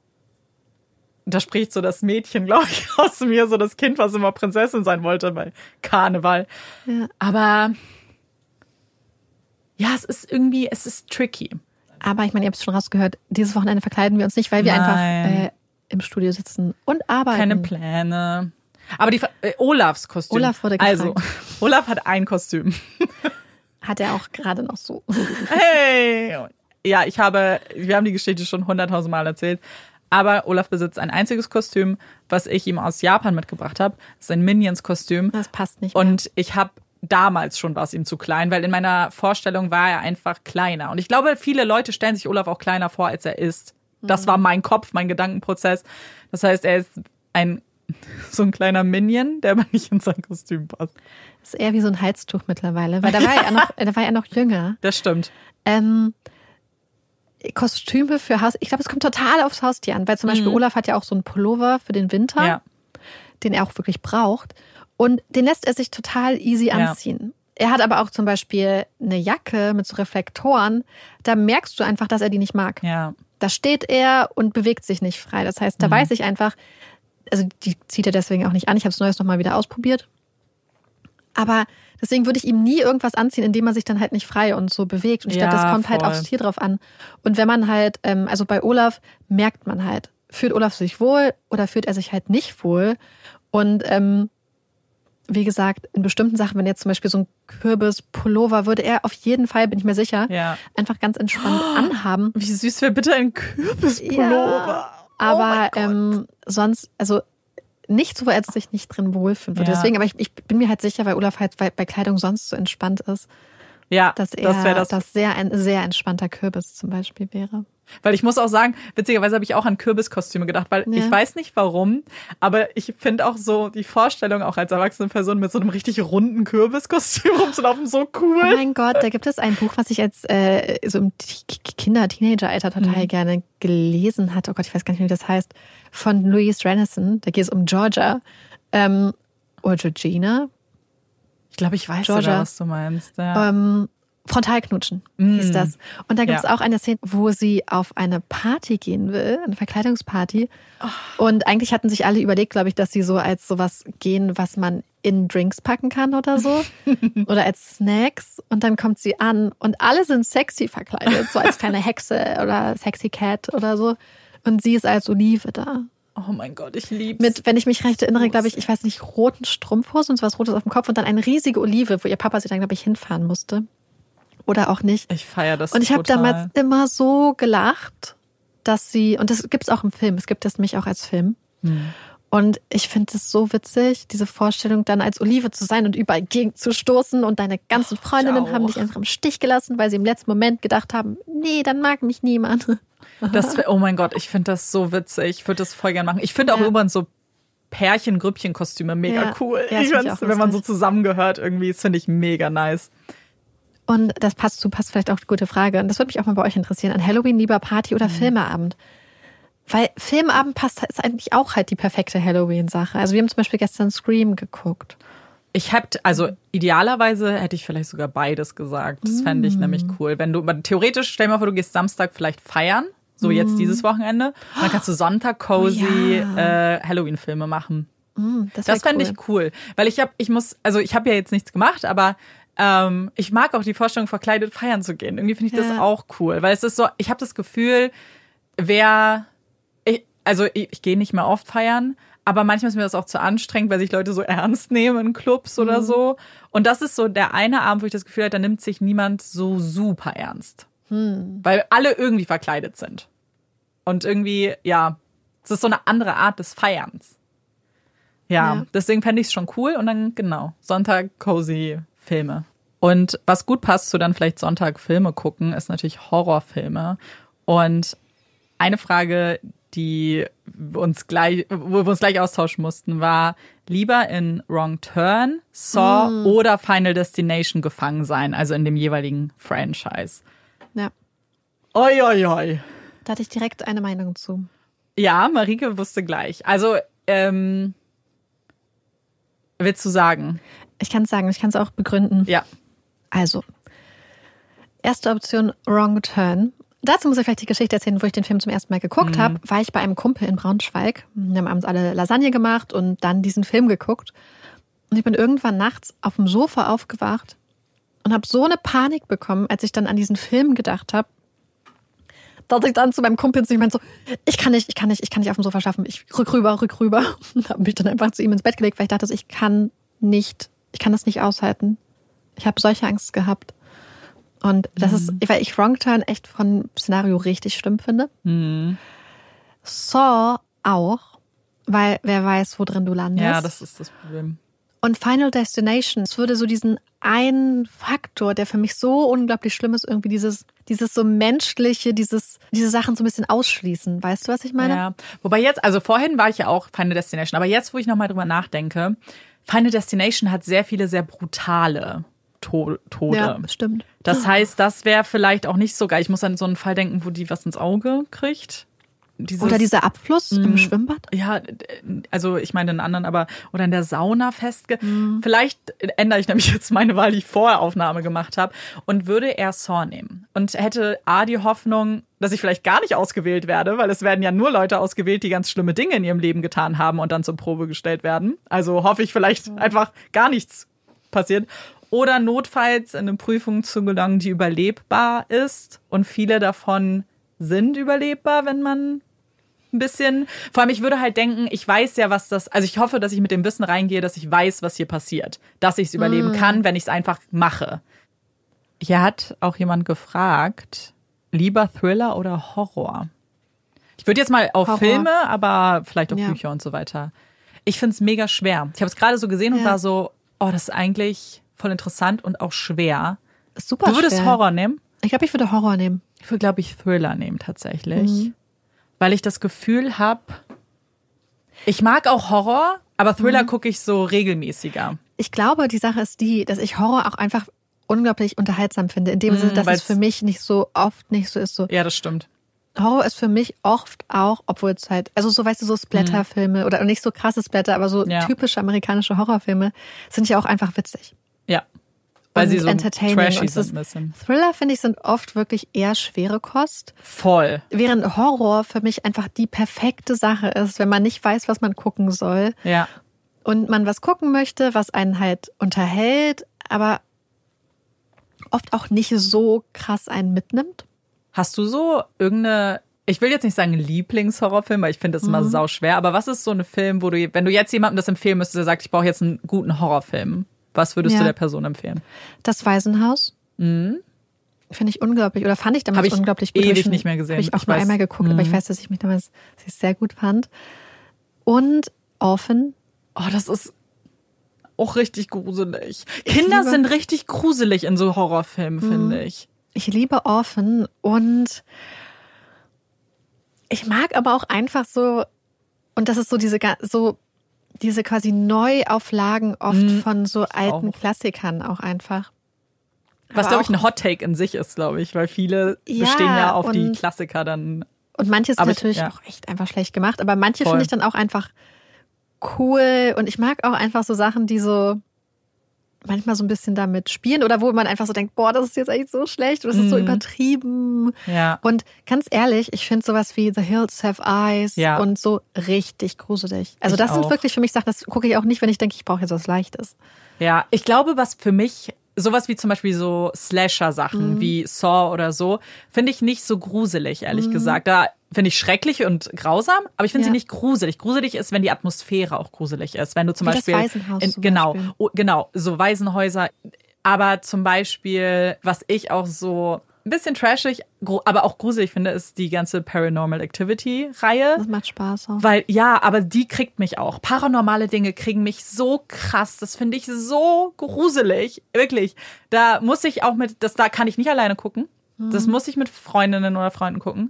Und da spricht so das Mädchen, glaube ich, aus mir, so das Kind, was immer Prinzessin sein wollte bei Karneval. Ja. Aber ja, es ist irgendwie, es ist tricky. Aber ich meine, ihr habt es schon rausgehört, dieses Wochenende verkleiden wir uns nicht, weil wir Nein. einfach äh, im Studio sitzen und arbeiten. Keine Pläne. Aber die äh, Olafs Kostüm. Olaf wurde gefragt. Also, Olaf hat ein Kostüm. Hat er auch gerade noch so. Hey! Ja, ich habe, wir haben die Geschichte schon hunderttausend Mal erzählt. Aber Olaf besitzt ein einziges Kostüm, was ich ihm aus Japan mitgebracht habe. Das ist ein Minions-Kostüm. Das passt nicht mehr. Und ich habe damals schon war es ihm zu klein, weil in meiner Vorstellung war er einfach kleiner. Und ich glaube, viele Leute stellen sich Olaf auch kleiner vor, als er ist. Das mhm. war mein Kopf, mein Gedankenprozess. Das heißt, er ist ein so ein kleiner Minion, der aber nicht in sein Kostüm passt. Das ist eher wie so ein Halstuch mittlerweile, weil da war er noch, da war er noch jünger. Das stimmt. Ähm, Kostüme für Haus, ich glaube, es kommt total aufs Haustier an, weil zum Beispiel mhm. Olaf hat ja auch so einen Pullover für den Winter, ja. den er auch wirklich braucht. Und den lässt er sich total easy anziehen. Ja. Er hat aber auch zum Beispiel eine Jacke mit so Reflektoren, da merkst du einfach, dass er die nicht mag. Ja. Da steht er und bewegt sich nicht frei. Das heißt, da mhm. weiß ich einfach, also die zieht er deswegen auch nicht an. Ich habe es neues nochmal wieder ausprobiert. Aber deswegen würde ich ihm nie irgendwas anziehen, indem er sich dann halt nicht frei und so bewegt. Und ich ja, glaube, das kommt voll. halt aufs Tier drauf an. Und wenn man halt, ähm, also bei Olaf merkt man halt, fühlt Olaf sich wohl oder fühlt er sich halt nicht wohl. Und ähm, wie gesagt, in bestimmten Sachen, wenn jetzt zum Beispiel so ein Kürbis-Pullover, würde er auf jeden Fall, bin ich mir sicher, ja. einfach ganz entspannt oh, anhaben. Wie süß wäre bitte ein Kürbis-Pullover. Ja, aber oh ähm, sonst, also nicht so, wo er sich nicht drin wohlfühlen würde. Ja. Deswegen, aber ich, ich bin mir halt sicher, weil Olaf halt bei, bei Kleidung sonst so entspannt ist, ja, dass er das, das. dass sehr ein sehr entspannter Kürbis zum Beispiel wäre. Weil ich muss auch sagen, witzigerweise habe ich auch an Kürbiskostüme gedacht, weil ja. ich weiß nicht warum, aber ich finde auch so die Vorstellung, auch als erwachsene Person mit so einem richtig runden Kürbiskostüm rumzulaufen, so cool. Oh mein Gott, da gibt es ein Buch, was ich als äh, so im Kinder-, Teenager-Alter total mhm. gerne gelesen hatte. Oh Gott, ich weiß gar nicht, wie das heißt. Von Louise Renison. Da geht es um Georgia. Ähm, oder Georgina. Ich glaube, ich weiß Georgia. sogar, was du meinst. Ja. Ähm, Frontalknutschen hieß Mm. das. Und da gibt es Ja. auch eine Szene, wo sie auf eine Party gehen will, eine Verkleidungsparty. Oh. Und eigentlich hatten sich alle überlegt, glaube ich, dass sie so als sowas gehen, was man in Drinks packen kann oder so. Oder als Snacks. Und dann kommt sie an und alle sind sexy verkleidet, so als kleine Hexe oder Sexy Cat oder so. Und sie ist als Olive da. Oh mein Gott, ich lieb's. Mit, wenn ich mich recht erinnere, glaube ich, ich weiß nicht, roten Strumpfhosen und so was Rotes auf dem Kopf und dann eine riesige Olive, wo ihr Papa sie dann, glaube ich, hinfahren musste. Oder auch nicht. Ich feiere das Und ich habe total. damals immer so gelacht, dass sie, und das gibt's auch im Film, es gibt das nämlich auch als Film. Hm. Und ich finde es so witzig, diese Vorstellung dann als Olive zu sein und überall gegen zu stoßen und deine ganzen Freundinnen auch. haben dich einfach im Stich gelassen, weil sie im letzten Moment gedacht haben, nee, dann mag mich niemand. Das, oh mein Gott, ich finde das so witzig. Ich würde das voll gern machen. Ich finde auch Ja. übrigens so Pärchen-Grüppchen-Kostüme mega Ja. cool. Ja, ich das find ich find's, auch wenn man so lustig. zusammengehört irgendwie, das finde ich mega nice. Und das passt zu, passt vielleicht auch eine gute Frage. Und das würde mich auch mal bei euch interessieren. An Halloween lieber Party oder Filmeabend? Weil Filmabend passt, ist eigentlich auch halt die perfekte Halloween-Sache. Also wir haben zum Beispiel gestern Scream geguckt. Ich hätte, also idealerweise hätte ich vielleicht sogar beides gesagt. Das fände ich nämlich cool. Wenn du, theoretisch, stell dir mal vor, du gehst Samstag vielleicht feiern, so jetzt dieses Wochenende. Und dann kannst du Sonntag cozy Oh äh, Halloween-Filme machen. Mm, das Das wär fände cool. ich cool. Weil ich habe, ich muss, also ich habe ja jetzt nichts gemacht, aber ähm, ich mag auch die Vorstellung, verkleidet feiern zu gehen. Irgendwie finde ich das Ja. auch cool. Weil es ist so, ich habe das Gefühl, wer, ich, also ich, ich gehe nicht mehr oft feiern, aber manchmal ist mir das auch zu anstrengend, weil sich Leute so ernst nehmen in Clubs oder so. Und das ist so der eine Abend, wo ich das Gefühl habe, da nimmt sich niemand so super ernst. Weil alle irgendwie verkleidet sind. Und irgendwie, ja, es ist so eine andere Art des Feierns. Ja, Ja. deswegen fände ich es schon cool. Und dann, genau, Sonntag cozy Filme. Und was gut passt zu dann vielleicht Sonntag Filme gucken, ist natürlich Horrorfilme. Und eine Frage, die wir uns gleich, wo wir uns gleich austauschen mussten, war lieber in Wrong Turn, Saw Mm. oder Final Destination gefangen sein, also in dem jeweiligen Franchise. Ja, Oi, oi, oi. da hatte ich direkt eine Meinung zu. Ja, Marike wusste gleich. Also, ähm, willst du sagen? Ich kann es sagen, ich kann es auch begründen. Ja. Also, erste Option, Wrong Turn. Dazu muss ich vielleicht die Geschichte erzählen, wo ich den Film zum ersten Mal geguckt habe. War ich bei einem Kumpel in Braunschweig. Wir haben abends alle Lasagne gemacht und dann diesen Film geguckt. Und ich bin irgendwann nachts auf dem Sofa aufgewacht und habe so eine Panik bekommen, als ich dann an diesen Film gedacht habe, dass ich dann zu meinem Kumpel zu ihm meinte, so, ich kann nicht, ich kann nicht, ich kann nicht auf dem Sofa schaffen. Ich rück rüber, rück rüber. Und habe mich dann einfach zu ihm ins Bett gelegt, weil ich dachte, so, ich kann nicht, ich kann das nicht aushalten. Ich habe solche Angst gehabt. Und das ist, weil ich Wrong Turn echt von Szenario richtig schlimm finde. Mhm. Saw auch, weil wer weiß, wo drin du landest. Ja, das ist das Problem. Und Final Destination, es würde so diesen einen Faktor, der für mich so unglaublich schlimm ist, irgendwie dieses, dieses so menschliche, dieses, diese Sachen so ein bisschen ausschließen. Weißt du, was ich meine? Ja. Wobei jetzt, also vorhin war ich ja auch Final Destination, aber jetzt, wo ich nochmal drüber nachdenke, Final Destination hat sehr viele sehr brutale To- Tode. Ja, stimmt. Das heißt, das wäre vielleicht auch nicht so geil. Ich muss an so einen Fall denken, wo die was ins Auge kriegt. Dieses, Oder dieser Abfluss im Schwimmbad? Ja, also ich meine den anderen, aber oder in der Sauna festge... Mhm. Vielleicht ändere ich nämlich jetzt meine Wahl, die ich vor der Aufnahme gemacht habe und würde eher Saw nehmen. Und hätte A, die Hoffnung, dass ich vielleicht gar nicht ausgewählt werde, weil es werden ja nur Leute ausgewählt, die ganz schlimme Dinge in ihrem Leben getan haben und dann zur Probe gestellt werden. Also hoffe ich vielleicht einfach gar nichts passiert. Oder notfalls in eine Prüfung zu gelangen, die überlebbar ist. Und viele davon sind überlebbar, wenn man ein bisschen... Vor allem, ich würde halt denken, ich weiß ja, was das... Also ich hoffe, dass ich mit dem Wissen reingehe, dass ich weiß, was hier passiert. Dass ich es überleben kann, wenn ich es einfach mache. Hier hat auch jemand gefragt, lieber Thriller oder Horror? Ich würde jetzt mal auf Horror. Filme, aber vielleicht auch Ja. Bücher und so weiter. Ich finde es mega schwer. Ich habe es gerade so gesehen und Ja. war so, oh, das ist eigentlich voll interessant und auch schwer. Ist super Du würdest schwer. Horror nehmen? Ich glaube, ich würde Horror nehmen. Ich würde, glaube ich, Thriller nehmen tatsächlich. Mhm. Weil ich das Gefühl habe, ich mag auch Horror, aber Thriller Mhm. gucke ich so regelmäßiger. Ich glaube, die Sache ist die, dass ich Horror auch einfach unglaublich unterhaltsam finde. In dem Mhm, Sinne, dass weil's- es für mich nicht so oft nicht so ist. So. Ja, das stimmt. Horror ist für mich oft auch, obwohl es halt, also so, weißt du, so Splatter-Filme oder nicht so krasse Splatter, aber so Ja. typische amerikanische Horrorfilme sind ja auch einfach witzig. Ja. Weil und sie so entertaining. trashy und sind ein bisschen. Thriller, finde ich, sind oft wirklich eher schwere Kost. Voll. Während Horror für mich einfach die perfekte Sache ist, wenn man nicht weiß, was man gucken soll. Ja. Und man was gucken möchte, was einen halt unterhält, aber oft auch nicht so krass einen mitnimmt. Hast du so irgendeine, ich will jetzt nicht sagen Lieblingshorrorfilm, weil ich finde das immer Mhm. sau schwer, aber was ist so ein Film, wo du, wenn du jetzt jemandem das empfehlen müsstest, der sagt, ich brauche jetzt einen guten Horrorfilm, was würdest Ja. du der Person empfehlen? Das Waisenhaus. Mhm. Finde ich unglaublich, oder fand ich damals Hab ich unglaublich gut. ewig Hab ich schon- nicht mehr gesehen. Habe ich auch Ich nur weiß. einmal geguckt, aber ich Mhm. weiß, dass ich mich damals dass ich sehr gut fand. Und Orphan. Oh, das ist auch richtig gruselig. Ich Kinder liebe- sind richtig gruselig in so Horrorfilmen, finde ich. Ich liebe Orphan und ich mag aber auch einfach so, und das ist so diese ga- so diese quasi Neuauflagen oft Mhm. von so alten auch. Klassikern auch einfach. Was, Aber glaube ich, auch- ein Hot Take in sich ist, glaube ich, weil viele Ja, bestehen ja auf die und- Klassiker dann. Und manches ist Aber ich- natürlich ja. auch echt einfach schlecht gemacht, aber manche Voll. finde ich dann auch einfach cool und ich mag auch einfach so Sachen, die so manchmal so ein bisschen damit spielen oder wo man einfach so denkt, boah, das ist jetzt eigentlich so schlecht oder das ist so Mhm. übertrieben. Ja. Und ganz ehrlich, ich finde sowas wie The Hills Have Eyes Ja. und so richtig gruselig. Also Ich das sind auch. wirklich für mich Sachen, das gucke ich auch nicht, wenn ich denke, ich brauche jetzt was Leichtes. Ja, ich glaube, was für mich, sowas wie zum Beispiel so Slasher-Sachen Mhm. wie Saw oder so, finde ich nicht so gruselig, ehrlich Mhm. gesagt. Da finde ich schrecklich und grausam, aber ich finde Ja. sie nicht gruselig. Gruselig ist, wenn die Atmosphäre auch gruselig ist. Wenn du zum Wie das Beispiel. Waisenhaus in, zum genau, Beispiel. oh, genau, so Waisenhäuser. Aber zum Beispiel, was ich auch so ein bisschen trashig, gru- aber auch gruselig finde, ist die ganze Paranormal Activity-Reihe. Das macht Spaß auch. Weil, ja, aber die kriegt mich auch. Paranormale Dinge kriegen mich so krass. Das finde ich so gruselig. Wirklich. Da muss ich auch mit, das, da kann ich nicht alleine gucken. Das muss ich mit Freundinnen oder Freunden gucken.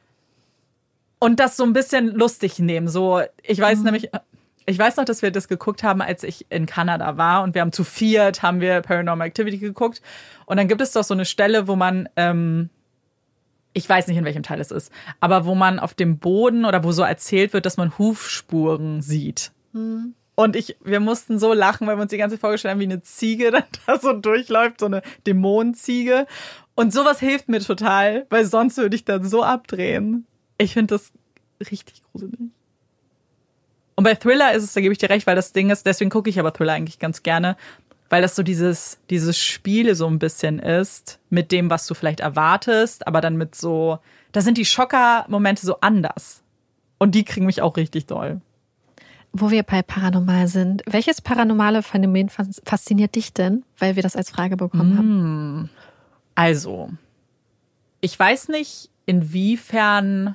Und das so ein bisschen lustig nehmen. So, ich weiß nämlich, ich weiß noch, dass wir das geguckt haben, als ich in Kanada war. Und wir haben zu viert, haben wir Paranormal Activity geguckt. Und dann gibt es doch so eine Stelle, wo man, ähm, ich weiß nicht, in welchem Teil es ist, aber wo man auf dem Boden oder wo so erzählt wird, dass man Hufspuren sieht. Und ich, wir mussten so lachen, weil wir uns die ganze Zeit vorgestellt haben, wie eine Ziege dann da so durchläuft, so eine Dämonenziege. Und sowas hilft mir total, weil sonst würde ich dann so abdrehen. Ich finde das richtig gruselig. Und bei Thriller ist es, da gebe ich dir recht, weil das Ding ist, deswegen gucke ich aber Thriller eigentlich ganz gerne, weil das so dieses, dieses Spiel so ein bisschen ist mit dem, was du vielleicht erwartest, aber dann mit so, da sind die Schocker-Momente so anders. Und die kriegen mich auch richtig doll. Wo wir bei Paranormal sind, welches paranormale Phänomen fas- fasziniert dich denn? Weil wir das als Frage bekommen haben. Also, ich weiß nicht, inwiefern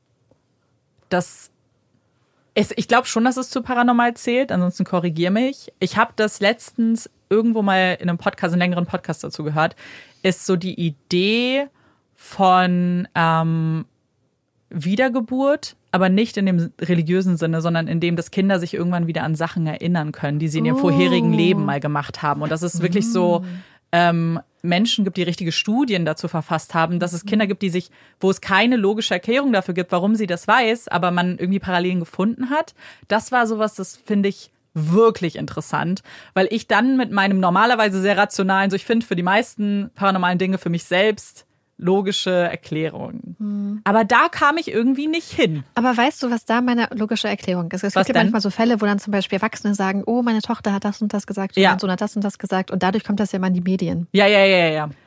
das ist. Ich glaube schon, dass es zu paranormal zählt, ansonsten korrigier mich. Ich habe das letztens irgendwo mal in einem Podcast, einen längeren Podcast dazu gehört, ist so die Idee von ähm, Wiedergeburt, aber nicht in dem religiösen Sinne, sondern in dem, dass Kinder sich irgendwann wieder an Sachen erinnern können, die sie in ihrem Oh. vorherigen Leben mal gemacht haben. Und dass es wirklich so ähm, Menschen gibt, die richtige Studien dazu verfasst haben, dass es Kinder gibt, die sich, wo es keine logische Erklärung dafür gibt, warum sie das weiß, aber man irgendwie Parallelen gefunden hat. Das war sowas, das finde ich wirklich interessant, weil ich dann mit meinem normalerweise sehr rationalen, so ich finde für die meisten paranormalen Dinge für mich selbst logische Erklärungen. Aber da kam ich irgendwie nicht hin. Aber weißt du, was da meine logische Erklärung ist? Es Was gibt ja denn? manchmal so Fälle, wo dann zum Beispiel Erwachsene sagen, oh, meine Tochter hat das und das gesagt, Ja. mein Sohn hat das und das gesagt. Und dadurch kommt das ja mal in die Medien. Ja, ja, ja, ja, ja.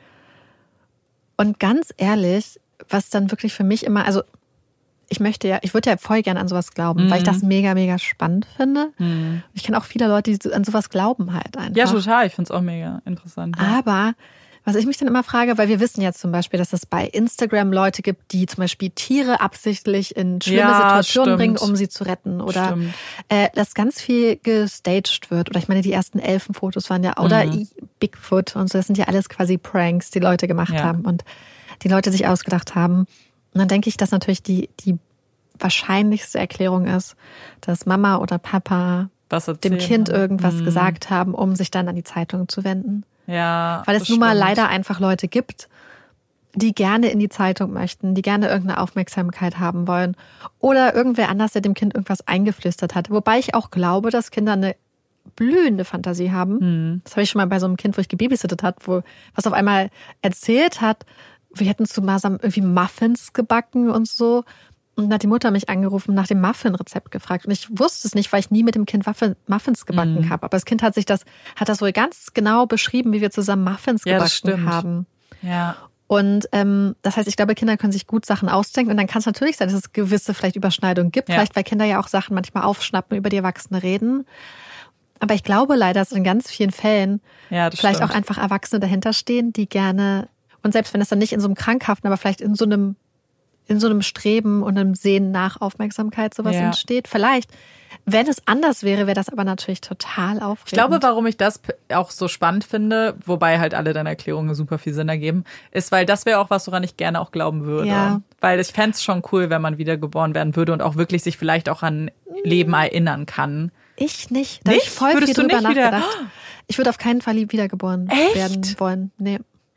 Und ganz ehrlich, was dann wirklich für mich immer, also ich möchte ja, ich würde ja voll gern an sowas glauben, Mhm. weil ich das mega, mega spannend finde. Ich kenne auch viele Leute, die an sowas glauben halt einfach. Ja, total. Ich finde es auch mega interessant. Ja. Aber was ich mich dann immer frage, weil wir wissen jetzt zum Beispiel, dass es bei Instagram Leute gibt, die zum Beispiel Tiere absichtlich in schlimme Ja, Situationen stimmt. bringen, um sie zu retten. Oder Stimmt. äh, dass ganz viel gestaged wird. Oder ich meine, die ersten Elfenfotos waren ja, oder Mhm. Bigfoot und so, das sind ja alles quasi Pranks, die Leute gemacht Ja. haben und die Leute sich ausgedacht haben. Und dann denke ich, dass natürlich die, die wahrscheinlichste Erklärung ist, dass Mama oder Papa Was dem erzählen Kind haben. irgendwas Mhm. gesagt haben, um sich dann an die Zeitung zu wenden. Ja. Weil es das nun mal stimmt. leider einfach Leute gibt, die gerne in die Zeitung möchten, die gerne irgendeine Aufmerksamkeit haben wollen. Oder irgendwer anders, der dem Kind irgendwas eingeflüstert hat. Wobei ich auch glaube, dass Kinder eine blühende Fantasie haben. Hm. Das habe ich schon mal bei so einem Kind, wo ich gebabysittet hat, wo was auf einmal erzählt hat, wir hätten zusammen irgendwie Muffins gebacken und so. Und dann hat die Mutter mich angerufen, nach dem Muffin-Rezept gefragt. Und ich wusste es nicht, weil ich nie mit dem Kind Muffins gebacken Mhm. habe. Aber das Kind hat sich das, hat das wohl ganz genau beschrieben, wie wir zusammen Muffins Ja, das gebacken stimmt. haben. Ja. Und ähm, das heißt, ich glaube, Kinder können sich gut Sachen ausdenken. Und dann kann es natürlich sein, dass es gewisse vielleicht Überschneidungen gibt. Ja. Vielleicht, weil Kinder ja auch Sachen manchmal aufschnappen, über die Erwachsene reden. Aber ich glaube leider, dass in ganz vielen Fällen Ja, das vielleicht stimmt. auch einfach Erwachsene dahinter stehen, die gerne, und selbst wenn es dann nicht in so einem krankhaften, aber vielleicht in so einem in so einem Streben und einem Sehen nach Aufmerksamkeit sowas Ja. entsteht. Vielleicht, wenn es anders wäre, wäre das aber natürlich total aufregend. Ich glaube, warum ich das p- auch so spannend finde, wobei halt alle deine Erklärungen super viel Sinn ergeben, ist, weil das wäre auch was, woran ich gerne auch glauben würde. Ja. Weil ich fände es schon cool, wenn man wiedergeboren werden würde und auch wirklich sich vielleicht auch an Leben erinnern kann. Ich nicht. Da hab Nicht? ich voll Würdest viel du drüber nicht wieder- nachgedacht. Ich würde auf keinen Fall wiedergeboren Echt? werden wollen. Nee.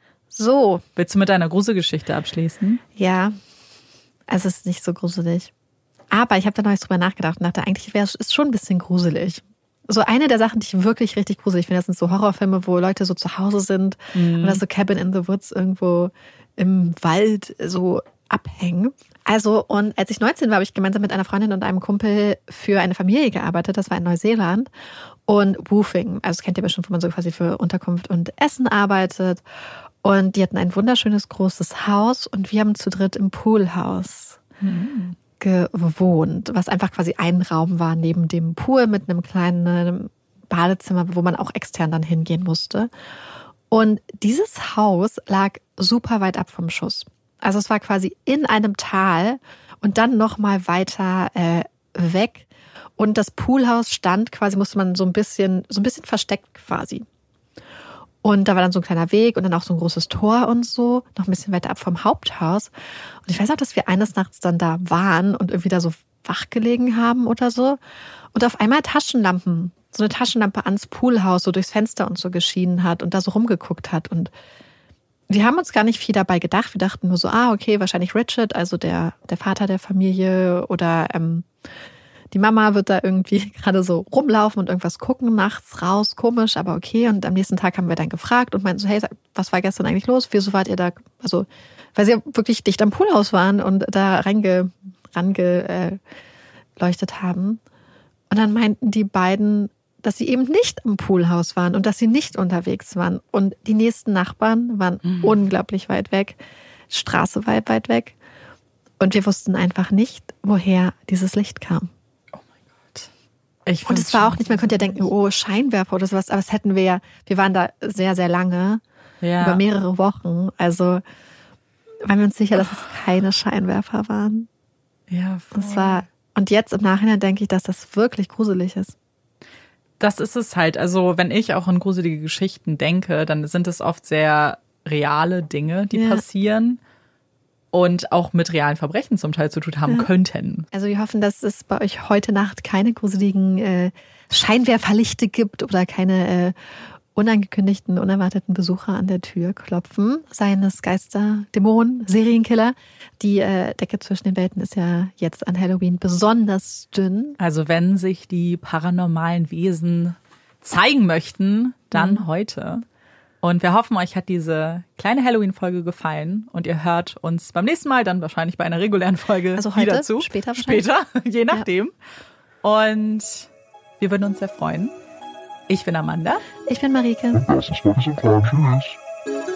So, Willst du mit deiner Gruselgeschichte abschließen? ja. Also es ist nicht so gruselig. Aber ich habe da neulich drüber nachgedacht und dachte, eigentlich wäre es schon ein bisschen gruselig. So eine der Sachen, die ich wirklich richtig gruselig finde, das sind so Horrorfilme, wo Leute so zu Hause sind oder so Cabin in the Woods irgendwo im Wald so abhängen. Also, und als ich neunzehn war, habe ich gemeinsam mit einer Freundin und einem Kumpel für eine Familie gearbeitet. Das war in Neuseeland. Und Woofing, also das kennt ihr bestimmt, wo man so quasi für Unterkunft und Essen arbeitet. Und die hatten ein wunderschönes großes Haus und wir haben zu dritt im Poolhaus Mhm. gewohnt, was einfach quasi ein Raum war neben dem Pool mit einem kleinen Badezimmer, wo man auch extern dann hingehen musste. Und dieses Haus lag super weit ab vom Schuss. Also es war quasi in einem Tal und dann noch mal weiter äh, weg. Und das Poolhaus stand quasi, musste man so ein bisschen, so ein bisschen versteckt quasi. Und da war dann so ein kleiner Weg und dann auch so ein großes Tor und so, noch ein bisschen weiter ab vom Haupthaus. Und ich weiß auch, dass wir eines Nachts dann da waren und irgendwie da so wach gelegen haben oder so. Und auf einmal Taschenlampen, so eine Taschenlampe ans Poolhaus, so durchs Fenster und so geschienen hat und da so rumgeguckt hat. Und wir haben uns gar nicht viel dabei gedacht. Wir dachten nur so, ah, okay, wahrscheinlich Richard, also der, der Vater der Familie oder ähm, die Mama wird da irgendwie gerade so rumlaufen und irgendwas gucken, nachts raus, komisch, aber okay. Und am nächsten Tag haben wir dann gefragt und meinten so, hey, was war gestern eigentlich los? Wieso wart ihr da? Also, weil sie ja wirklich dicht am Poolhaus waren und da reinge, rangeleuchtet haben. Und dann meinten die beiden, dass sie eben nicht am Poolhaus waren und dass sie nicht unterwegs waren. Und die nächsten Nachbarn waren mhm. unglaublich weit weg, Straße weit, weit weg. Und wir wussten einfach nicht, woher dieses Licht kam. Ich und es war auch nicht, man könnte ja denken, oh, Scheinwerfer oder sowas, aber das hätten wir ja, wir waren da sehr, sehr lange, ja. über mehrere Wochen. Also waren wir uns sicher, dass es keine Scheinwerfer waren. Ja, voll. Das war, und jetzt im Nachhinein denke ich, dass das wirklich gruselig ist. Das ist es halt. Also wenn ich auch an gruselige Geschichten denke, dann sind es oft sehr reale Dinge, die ja. passieren. Und auch mit realen Verbrechen zum Teil zu tun haben ja. könnten. Also wir hoffen, dass es bei euch heute Nacht keine gruseligen äh, Scheinwerferlichte gibt oder keine äh, unangekündigten, unerwarteten Besucher an der Tür klopfen. Seien es Geister, Dämonen, Serienkiller. Die äh, Decke zwischen den Welten ist ja jetzt an Halloween besonders dünn. Also wenn sich die paranormalen Wesen zeigen möchten, dann mhm. heute. Und wir hoffen, euch hat diese kleine Halloween-Folge gefallen und ihr hört uns beim nächsten Mal dann wahrscheinlich bei einer regulären Folge also heute, wieder zu. Später wahrscheinlich. Später, je nachdem. Ja. Und wir würden uns sehr freuen. Ich bin Amanda. Ich bin Marike. Das ist Tschüss.